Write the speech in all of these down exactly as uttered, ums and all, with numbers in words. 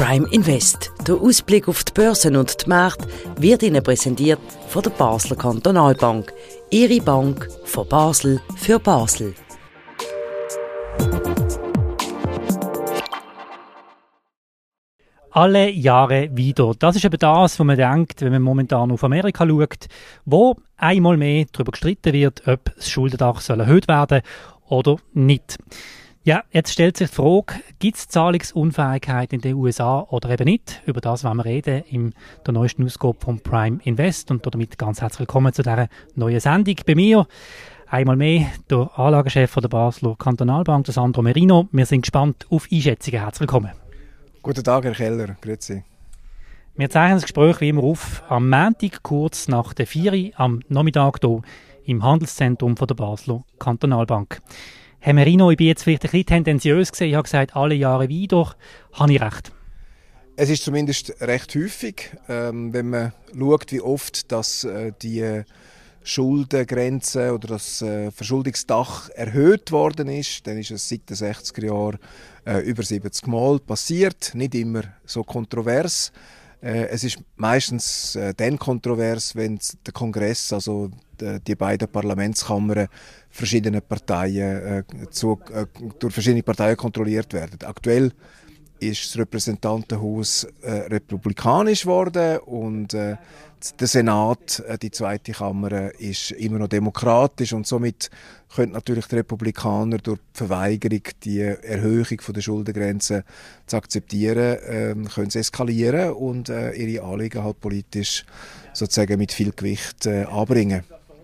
Prime Invest. Der Ausblick auf die Börsen und die Märkte wird Ihnen präsentiert von der Basler Kantonalbank. Ihre Bank von Basel für Basel. Alle Jahre wieder. Das ist eben das, was man denkt, wenn man momentan auf Amerika schaut, wo einmal mehr darüber gestritten wird, ob das Schuldendach soll erhöht werden oder nicht. Ja, jetzt stellt sich die Frage, gibt es Zahlungsunfähigkeit in den U S A oder eben nicht? Über das wollen wir reden in der neuesten Ausgabe von Prime Invest und damit ganz herzlich willkommen zu dieser neuen Sendung. Bei mir einmal mehr der Anlagechef der Basler Kantonalbank, der Sandro Merino. Wir sind gespannt auf Einschätzungen. Herzlich willkommen. Guten Tag, Herr Keller. Grüezi. Wir zeichnen das Gespräch wie immer auf am Montag, kurz nach der vier Uhr am Nachmittag hier im Handelszentrum von der Basler Kantonalbank. Herr Merino, ich bin jetzt vielleicht ein bisschen tendenziös gewesen. Ich habe gesagt, alle Jahre wieder. Habe ich recht? Es ist zumindest recht häufig, ähm, wenn man schaut, wie oft dass, äh, die Schuldengrenze oder das äh, Verschuldungsdach erhöht worden ist, dann ist es seit den sechziger Jahren äh, über siebzig Mal passiert. Nicht immer so kontrovers. Äh, es ist meistens äh, dann kontrovers, wenn der Kongress, also die, die beiden Parlamentskammern, verschiedene Parteien, äh, zu, äh, durch verschiedene Parteien kontrolliert werden. Aktuell ist das Repräsentantenhaus äh, republikanisch geworden und äh, der Senat, äh, die zweite Kammer, ist immer noch demokratisch und somit können natürlich die Republikaner durch die Verweigerung, die Erhöhung von der Schuldengrenze zu akzeptieren, äh, können sie eskalieren und äh, ihre Anliegen halt politisch sozusagen mit viel Gewicht äh, anbringen.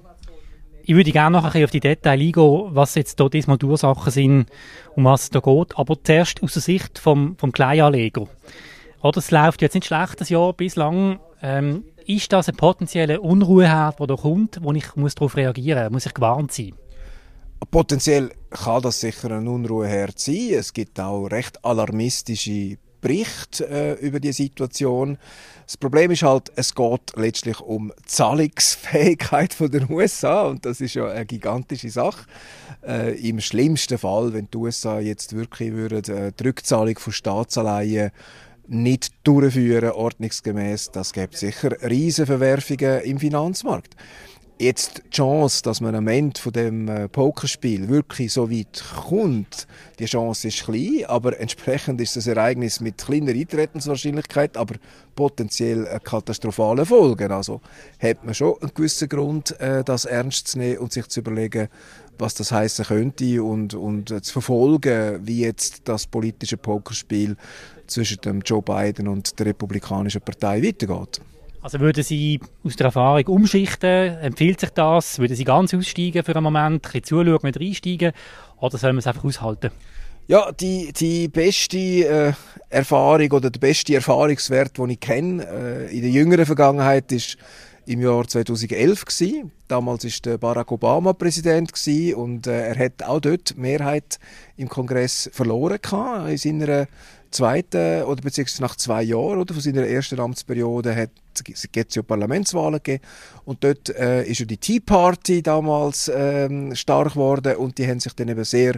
Ich würde gerne noch ein bisschen auf die Details eingehen, was jetzt hier diesmal die Ursachen sind, um was es hier geht. Aber zuerst aus der Sicht vom, vom Kleinanleger. Oder, es läuft jetzt nicht schlecht, das Jahr bislang. Ähm, ist das ein potenzieller Unruheherd, der da kommt, wo ich muss darauf reagieren muss? Muss ich gewarnt sein? Potenziell kann das sicher ein Unruheherd sein. Es gibt auch recht alarmistische Berichte äh, über die Situation. Das Problem ist halt, es geht letztlich um die Zahlungsfähigkeit von den U S A und das ist ja eine gigantische Sache. Äh, Im schlimmsten Fall, wenn die U S A jetzt wirklich würden, äh, die Rückzahlung von Staatsanleihen nicht durchführen, ordnungsgemäß, das gibt sicher riesige Verwerfungen im Finanzmarkt. Jetzt die Chance, dass man am Ende von dem äh, Pokerspiel wirklich so weit kommt, die Chance ist klein, aber entsprechend ist das Ereignis mit kleiner Eintretenswahrscheinlichkeit, aber potenziell äh, katastrophale Folgen. Also hat man schon einen gewissen Grund, äh, das ernst zu nehmen und sich zu überlegen, was das heißen könnte und, und äh, zu verfolgen, wie jetzt das politische Pokerspiel zwischen dem Joe Biden und der Republikanischen Partei weitergeht. Also würden Sie aus der Erfahrung umschichten? Empfiehlt sich das? Würden Sie ganz aussteigen für einen Moment, ein bisschen zuschauen, nicht reinsteigen? Oder soll man es einfach aushalten? Ja, die, die beste äh, Erfahrung oder der beste Erfahrungswert, den ich kenne, äh, in der jüngeren Vergangenheit, ist im Jahr zweitausendelf gewesen. Damals war der Barack Obama Präsident gewesen und äh, er hat auch dort die Mehrheit im Kongress verloren gehabt, in seiner zweiten oder beziehungsweise nach zwei Jahren oder von seiner ersten Amtsperiode hat es ja Parlamentswahlen gegeben und dort äh, ist ja die Tea Party damals ähm, stark geworden und die haben sich dann eben sehr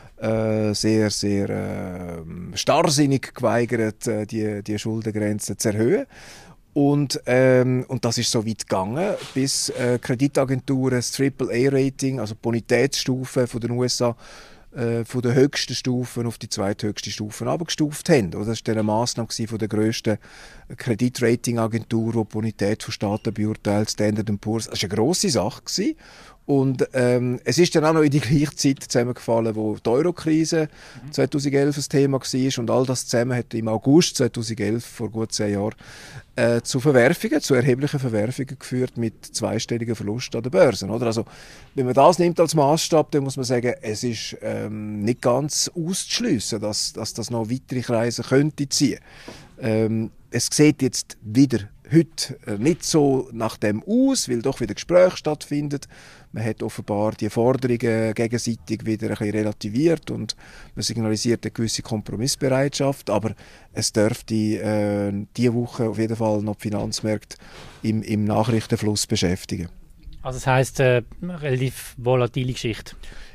äh, sehr sehr äh, starrsinnig geweigert, äh, die die Schuldengrenze zu erhöhen. Und, ähm, und das ist so weit gegangen, bis äh, Kreditagenturen das Triple A Rating, also Bonitätsstufe von den U S A, äh, von der höchsten Stufen auf die zweithöchste Stufe abgestuft haben. Das war dann eine Massnahme von der grössten Kreditratingagentur, die die Bonität von Staaten beurteilt, Standard and Poor's. Das war eine grosse Sache gewesen. Und ähm, es ist dann auch noch in die gleiche Zeit zusammengefallen, wo die Euro-Krise mhm. zweitausendelf ein Thema war und all das zusammen hat im August zweitausendelf, vor gut zehn Jahren, äh, zu Verwerfungen, zu erheblichen Verwerfungen geführt mit zweistelligen Verlusten an den Börsen. Oder? Also, wenn man das nimmt als Maßstab, dann muss man sagen, es ist ähm, nicht ganz auszuschliessen, dass, dass das noch weitere Kreise könnte ziehen. Ähm, es sieht jetzt wieder heute nicht so nach dem aus, weil doch wieder Gespräche stattfinden. Man hat offenbar die Forderungen gegenseitig wieder ein bisschen relativiert und man signalisiert eine gewisse Kompromissbereitschaft, aber es dürfte äh, diese Woche auf jeden Fall noch die Finanzmärkte im, im Nachrichtenfluss beschäftigen. Also das heisst, äh, relativ volatile Geschichte?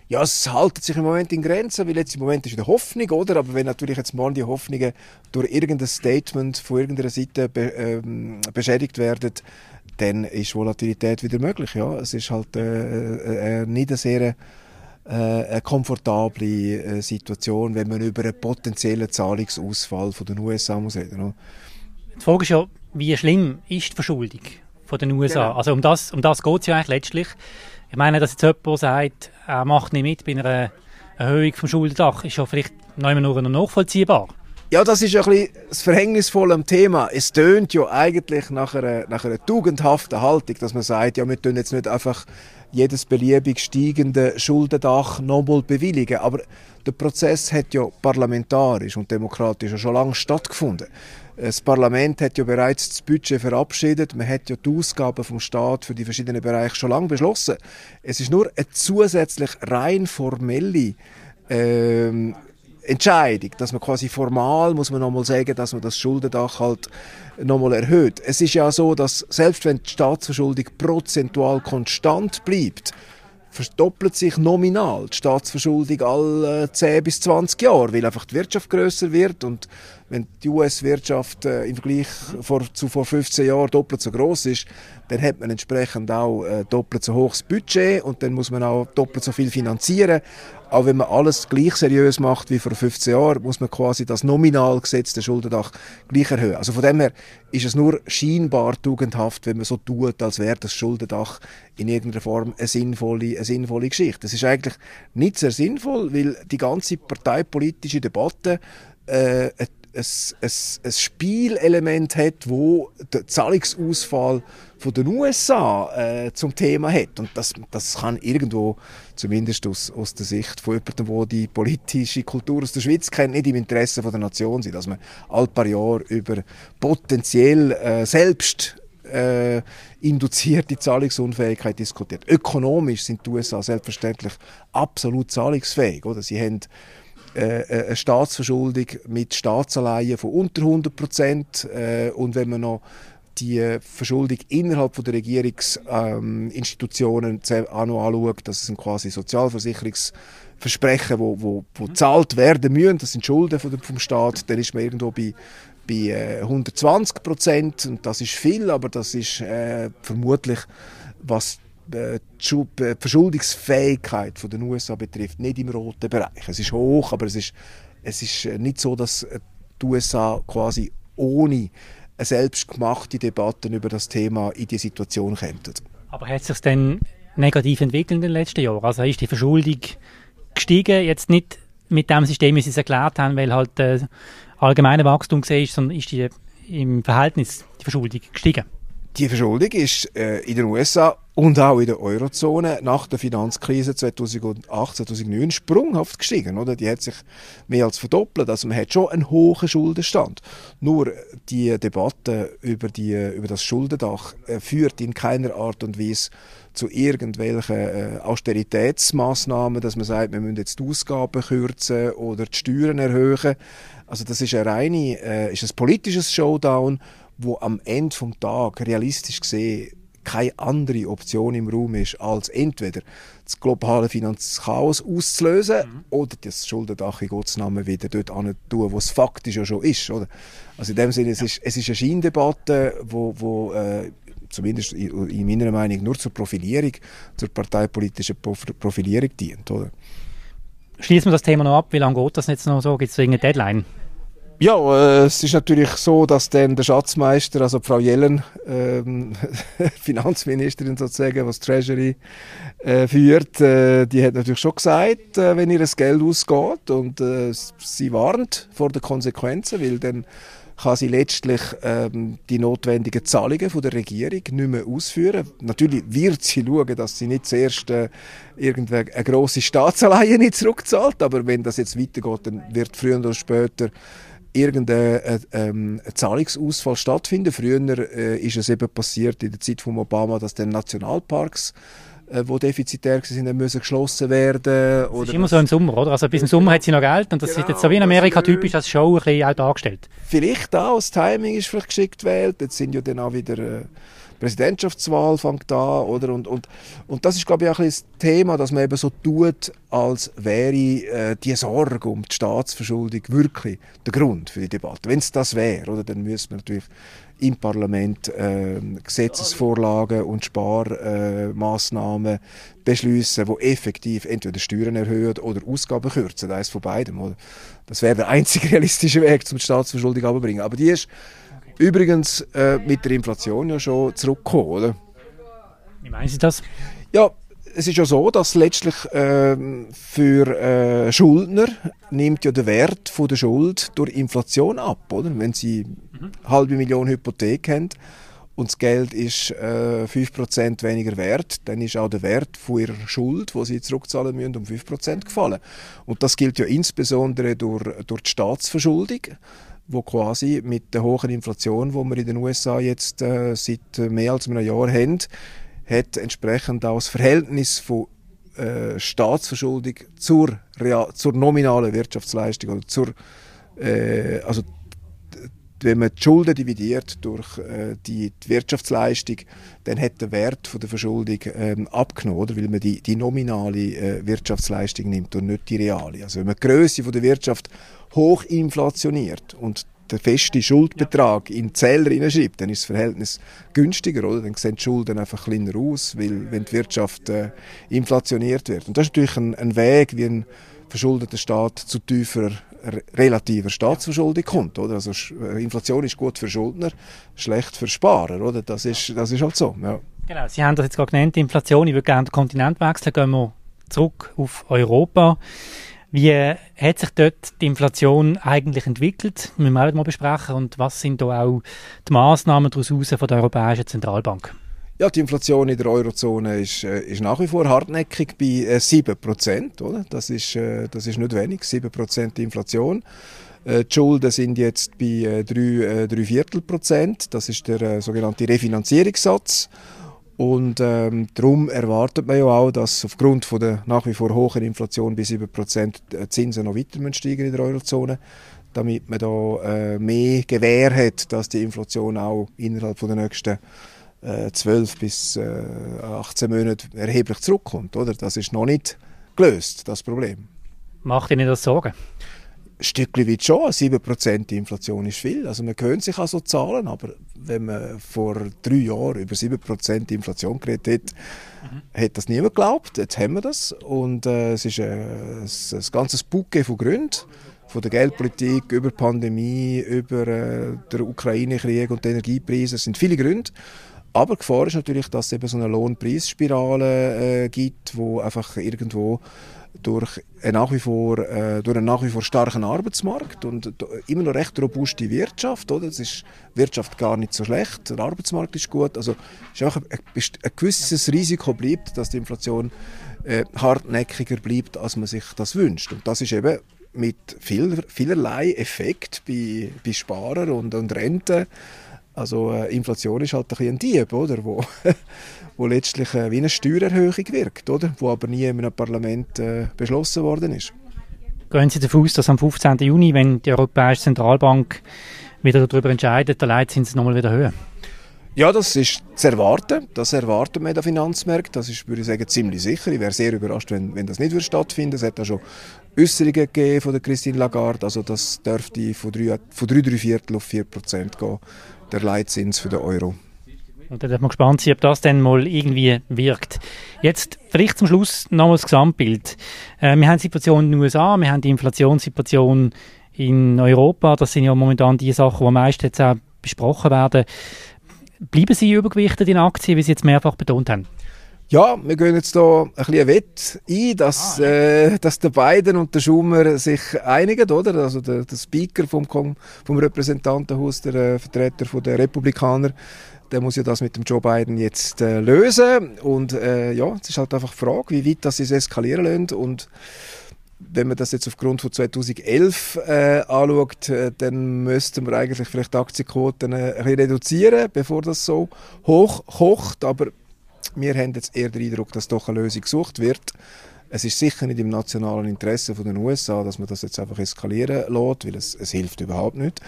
Ja, es hält sich im Moment in Grenzen, weil jetzt im Moment ist wieder Hoffnung, oder? Aber wenn natürlich jetzt morgen die Hoffnungen durch irgendein Statement von irgendeiner Seite be, ähm, beschädigt werden, dann ist Volatilität wieder möglich. Ja, es ist halt äh, äh, nicht eine sehr äh, eine komfortable äh, Situation, wenn man über einen potenziellen Zahlungsausfall von den U S A muss reden. Oder? Die Frage ist ja, wie schlimm ist die Verschuldung von den U S A? Genau. Also um das, um das geht es ja eigentlich letztlich. Ich meine, dass jetzt jemand sagt, er macht nicht mit bei einer Erhöhung vom Schuldendach, ist ja vielleicht noch immer nur nachvollziehbar. Ja, das ist ja ein bisschen das Verhängnisvolle am Thema. Es tönt ja eigentlich nach einer, nach einer tugendhaften Haltung, dass man sagt, ja, wir tun jetzt nicht einfach jedes beliebig steigende Schuldendach nochmal bewilligen. Aber der Prozess hat ja parlamentarisch und demokratisch ja schon lange stattgefunden. Das Parlament hat ja bereits das Budget verabschiedet. Man hat ja die Ausgaben vom Staat für die verschiedenen Bereiche schon lange beschlossen. Es ist nur eine zusätzlich rein formelle ähm, Entscheidung, dass man quasi formal, muss man nochmal sagen, dass man das Schuldendach halt nochmal erhöht. Es ist ja so, dass selbst wenn die Staatsverschuldung prozentual konstant bleibt, verdoppelt sich nominal die Staatsverschuldung alle zehn bis zwanzig Jahre, weil einfach die Wirtschaft grösser wird und wenn die U S-Wirtschaft äh, im Vergleich vor, zu vor fünfzehn Jahren doppelt so gross ist, dann hat man entsprechend auch äh, doppelt so hohes Budget und dann muss man auch doppelt so viel finanzieren. Auch wenn man alles gleich seriös macht wie vor fünfzehn Jahren, muss man quasi das nominal gesetzte Schuldendach gleich erhöhen. Also von dem her ist es nur scheinbar tugendhaft, wenn man so tut, als wäre das Schuldendach in irgendeiner Form eine sinnvolle, eine sinnvolle Geschichte. Das ist eigentlich nicht sehr sinnvoll, weil die ganze parteipolitische Debatte äh, ein, ein, ein Spielelement hat, wo der Zahlungsausfall von den U S A äh, zum Thema hat. Und das, das kann irgendwo, zumindest aus, aus der Sicht von jemandem, der die politische Kultur aus der Schweiz kennt, nicht im Interesse von der Nation sein, dass man all paar Jahre über potenziell äh, selbst äh, induzierte Zahlungsunfähigkeit diskutiert. Ökonomisch sind die U S A selbstverständlich absolut zahlungsfähig. Oder? Sie haben äh, eine Staatsverschuldung mit Staatsanleihen von unter hundert Prozent äh, und wenn man noch die Verschuldung innerhalb von der Regierungsinstitutionen ähm, auch noch anschaut, das sind quasi Sozialversicherungsversprechen, die wo, wo, wo gezahlt werden müssen, das sind Schulden vom Staat, dann ist man irgendwo bei, bei äh, hundertzwanzig Prozent und das ist viel, aber das ist äh, vermutlich, was äh, die Verschuldungsfähigkeit von den U S A betrifft, nicht im roten Bereich. Es ist hoch, aber es ist, es ist nicht so, dass die U S A quasi ohne eine selbstgemachte Debatte über das Thema in die Situation kommen. Aber hat es sich denn negativ entwickelt in den letzten Jahren? Also ist die Verschuldung gestiegen, jetzt nicht mit dem System, wie Sie es erklärt haben, weil halt äh, allgemeine Wachstum war, sondern ist die im Verhältnis die Verschuldung gestiegen? Die Verschuldung ist äh, in den U S A und auch in der Eurozone nach der Finanzkrise zweitausendacht, zweitausendneun sprunghaft gestiegen. Oder? Die hat sich mehr als verdoppelt. Also man hat schon einen hohen Schuldenstand. Nur die Debatte über, die, über das Schuldendach äh, führt in keiner Art und Weise zu irgendwelchen äh, Austeritätsmaßnahmen, dass man sagt, wir müssen jetzt die Ausgaben kürzen oder die Steuern erhöhen. Also das ist, eine reine, äh, ist ein politisches Showdown, wo am Ende des Tages realistisch gesehen keine andere Option im Raum ist, als entweder das globale Finanzchaos auszulösen mhm. oder das Schuldendach in Gottes Namen wieder dort hin tun, wo es faktisch ja schon ist. Oder? Also in dem Sinne, es, ja. ist, es ist eine Scheindebatte, wo, wo äh, zumindest in, in meiner Meinung nur zur Profilierung, zur parteipolitischen Profilierung dient. Oder? Schließen wir das Thema noch ab. Wie lange geht das jetzt noch so? Gibt es irgendeine Deadline? Ja, äh, es ist natürlich so, dass dann der Schatzmeister, also Frau Yellen, ähm, Finanzministerin sozusagen, was Treasury äh, führt, äh, die hat natürlich schon gesagt, äh, wenn ihr das Geld ausgeht und äh, sie warnt vor den Konsequenzen, weil dann kann sie letztlich ähm, die notwendigen Zahlungen von der Regierung nicht mehr ausführen. Natürlich wird sie schauen, dass sie nicht zuerst äh, irgendeine eine grosse Staatsanleihe nicht zurückzahlt, aber wenn das jetzt weitergeht, dann wird früher oder später irgendein äh, ähm, Zahlungsausfall stattfinden. Früher äh, ist es eben passiert in der Zeit von Obama, dass dann Nationalparks, äh, die defizitär waren, müssen geschlossen werden. Das ist immer so im Sommer, oder? Also bis im Sommer hat sie noch Geld und das genau, ist jetzt so wie in Amerika typisch als Show ein bisschen auch dargestellt. Vielleicht auch, das Timing ist vielleicht geschickt gewählt. Jetzt sind ja dann auch wieder äh, Präsidentschaftswahl fängt an, oder? Und, und, und das ist, glaube ich, auch ein bisschen das Thema, dass man eben so tut, als wäre äh, die Sorge um die Staatsverschuldung wirklich der Grund für die Debatte. Wenn es das wäre, oder, dann müsste man natürlich im Parlament äh, Gesetzesvorlagen und Sparmaßnahmen äh, beschließen, die effektiv entweder Steuern erhöhen oder Ausgaben kürzen. Eines von beidem. Oder? Das wäre der einzige realistische Weg, um die Staatsverschuldung abzubringen. Aber die ist okay. übrigens äh, mit der Inflation ja schon zurückgekommen, oder? Wie meinen Sie das? Ja, es ist ja so, dass letztlich äh, für äh, Schuldner nimmt ja der Wert von der Schuld durch Inflation ab, oder? Wenn sie mhm. eine halbe Million Hypothek haben und das Geld ist äh, fünf Prozent weniger wert, dann ist auch der Wert von ihrer Schuld, die sie zurückzahlen müssen, um fünf Prozent gefallen. Und das gilt ja insbesondere durch, durch die Staatsverschuldung, wo quasi mit der hohen Inflation, die wir in den U S A jetzt äh, seit mehr als einem Jahr haben, hat entsprechend auch das Verhältnis von äh, Staatsverschuldung zur, real, zur nominalen Wirtschaftsleistung oder zur, äh, also wenn man die Schulden dividiert durch äh, die, die Wirtschaftsleistung, dann hat der Wert von der Verschuldung ähm, abgenommen, oder? Weil man die, die nominale äh, Wirtschaftsleistung nimmt und nicht die reale. Also wenn man die Grösse von der Wirtschaft hoch inflationiert und den festen Schuldbetrag in die Zähler hineinschreibt, dann ist das Verhältnis günstiger, oder? Dann sehen die Schulden einfach kleiner aus, weil, wenn die Wirtschaft äh, inflationiert wird. Und das ist natürlich ein, ein Weg, wie ein verschuldeter Staat zu tieferer relativer Staatsverschuldung kommt, oder? Also Inflation ist gut für Schuldner, schlecht für Sparer, oder? Das ist, das ist halt so, ja. Genau, Sie haben das jetzt gerade genannt, Inflation. Ich würde gerne den Kontinent wechseln, gehen wir zurück auf Europa. Wie hat sich dort die Inflation eigentlich entwickelt? Das müssen wir auch mal besprechen. Und was sind da auch die Massnahmen daraus von der Europäischen Zentralbank? Ja, die Inflation in der Eurozone ist, äh, ist nach wie vor hartnäckig bei äh, sieben Prozent. Oder? Das, ist, äh, das ist nicht wenig, sieben Prozent Inflation. Äh, die Schulden sind jetzt bei äh, drei Viertel Prozent. Das ist der äh, sogenannte Refinanzierungssatz. Und ähm, darum erwartet man ja auch, dass aufgrund von der nach wie vor hohen Inflation bei sieben Prozent Zinsen noch weiter steigen in der Eurozone, damit man da äh, mehr Gewähr hat, dass die Inflation auch innerhalb von der nächsten äh, zwölf bis achtzehn Monate erheblich zurückkommt. Oder? Das ist noch nicht gelöst, das Problem. Macht Ihnen das Sorgen? Ein Stückchen weit schon. sieben Prozent Inflation ist viel. Also man gewöhnt sich an so Zahlen, aber wenn man vor drei Jahren über sieben Prozent Inflation geredet hat, mhm. hat das niemand geglaubt. Jetzt haben wir das. Und äh, es ist äh, ein, ein ganzes Bouquet von Gründen. Von der Geldpolitik, über die Pandemie, über äh, den Ukraine-Krieg und die Energiepreise. Es sind viele Gründe. Aber die Gefahr ist natürlich, dass es eben so eine Lohnpreisspirale äh, gibt, wo einfach irgendwo durch einen nach wie vor, äh, durch einen nach wie vor starken Arbeitsmarkt und immer noch recht robuste Wirtschaft, oder? Es ist Wirtschaft gar nicht so schlecht, der Arbeitsmarkt ist gut, also ist auch ein, ein gewisses Risiko bleibt, dass die Inflation äh, hartnäckiger bleibt, als man sich das wünscht. Und das ist eben mit viel, vielerlei Effekt bei, bei Sparern und, und Renten. Also äh, Inflation ist halt ein bisschen ein Dieb, oder? Wo, wo letztlich äh, wie eine Steuererhöhung wirkt, oder? Wo aber nie in einem Parlament äh, beschlossen worden ist. Gehen Sie davon aus, dass am fünfzehnten Juni, wenn die Europäische Zentralbank wieder darüber entscheidet, der Leitzins nochmal wieder höher? Ja, das ist zu erwarten. Das erwarten wir in den Finanzmärkten. Das ist, würde ich sagen, ziemlich sicher. Ich wäre sehr überrascht, wenn, wenn das nicht würde stattfinden. Es hat auch schon Äußerungen gegeben von der Christine Lagarde. Also das dürfte von drei, von drei, drei Viertel auf vier Prozent gehen, der Leitzins für den Euro. Und dann darf man gespannt sein, ob das dann mal irgendwie wirkt. Jetzt vielleicht zum Schluss nochmal das Gesamtbild. Äh, wir haben die Situation in den U S A, wir haben die Inflationssituation in Europa. Das sind ja momentan die Sachen, die am meisten jetzt auch besprochen werden. Bleiben Sie übergewichtet in Aktien, wie Sie jetzt mehrfach betont haben? Ja, wir gehen jetzt hier ein bisschen Wett ein, dass, ah, ja. äh, dass der Biden und der Schumer sich einigen, oder? Also der, der Speaker vom, vom Repräsentantenhaus, der äh, Vertreter von der Republikaner, der muss ja das mit dem Joe Biden jetzt äh, lösen. Und äh, ja, es ist halt einfach die Frage, wie weit das sie es eskalieren lassen. Und wenn man das jetzt aufgrund von zweitausendelf äh, anschaut, äh, dann müssten wir eigentlich vielleicht die Aktienquoten äh, ein bisschen reduzieren, bevor das so hoch kocht. Aber wir haben jetzt eher den Eindruck, dass doch eine Lösung gesucht wird. Es ist sicher nicht im nationalen Interesse von den U S A, dass man das jetzt einfach eskalieren lässt, weil es, es hilft überhaupt nicht.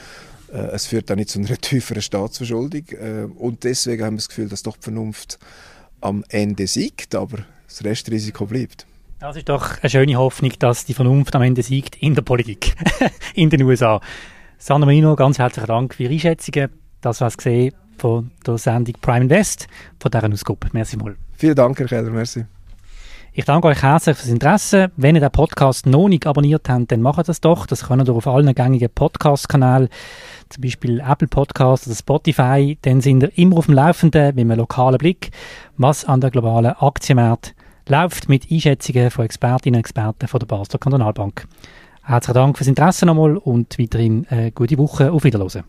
Äh, es führt auch nicht zu einer tieferen Staatsverschuldung. Äh, und deswegen haben wir das Gefühl, dass doch die Vernunft am Ende siegt, aber das Restrisiko bleibt. Das ist doch eine schöne Hoffnung, dass die Vernunft am Ende siegt in der Politik, in den U S A. Sandro Marino, ganz herzlichen Dank für Ihre Einschätzungen. Das war es gesehen von der Sendung Prime Invest, von deren Ausgabe. Merci mal. Vielen Dank, Herr Keller, merci. Ich danke euch herzlich fürs Interesse. Wenn ihr den Podcast noch nicht abonniert habt, dann macht das doch. Das könnt ihr auf allen gängigen Podcast-Kanälen, zum Beispiel Apple Podcasts oder Spotify. Dann sind ihr immer auf dem Laufenden mit einem lokalen Blick, was an der globalen Aktienmärkte läuft, mit Einschätzungen von Expertinnen und Experten von der Basler Kantonalbank. Herzlichen Dank fürs Interesse nochmal und weiterhin eine gute Woche. Auf Wiederhören.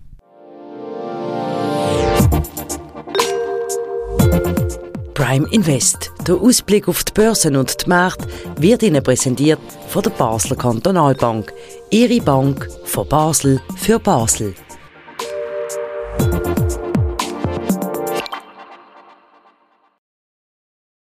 Prime Invest, der Ausblick auf die Börsen und die Märkte, wird Ihnen präsentiert von der Basler Kantonalbank. Ihre Bank von Basel für Basel.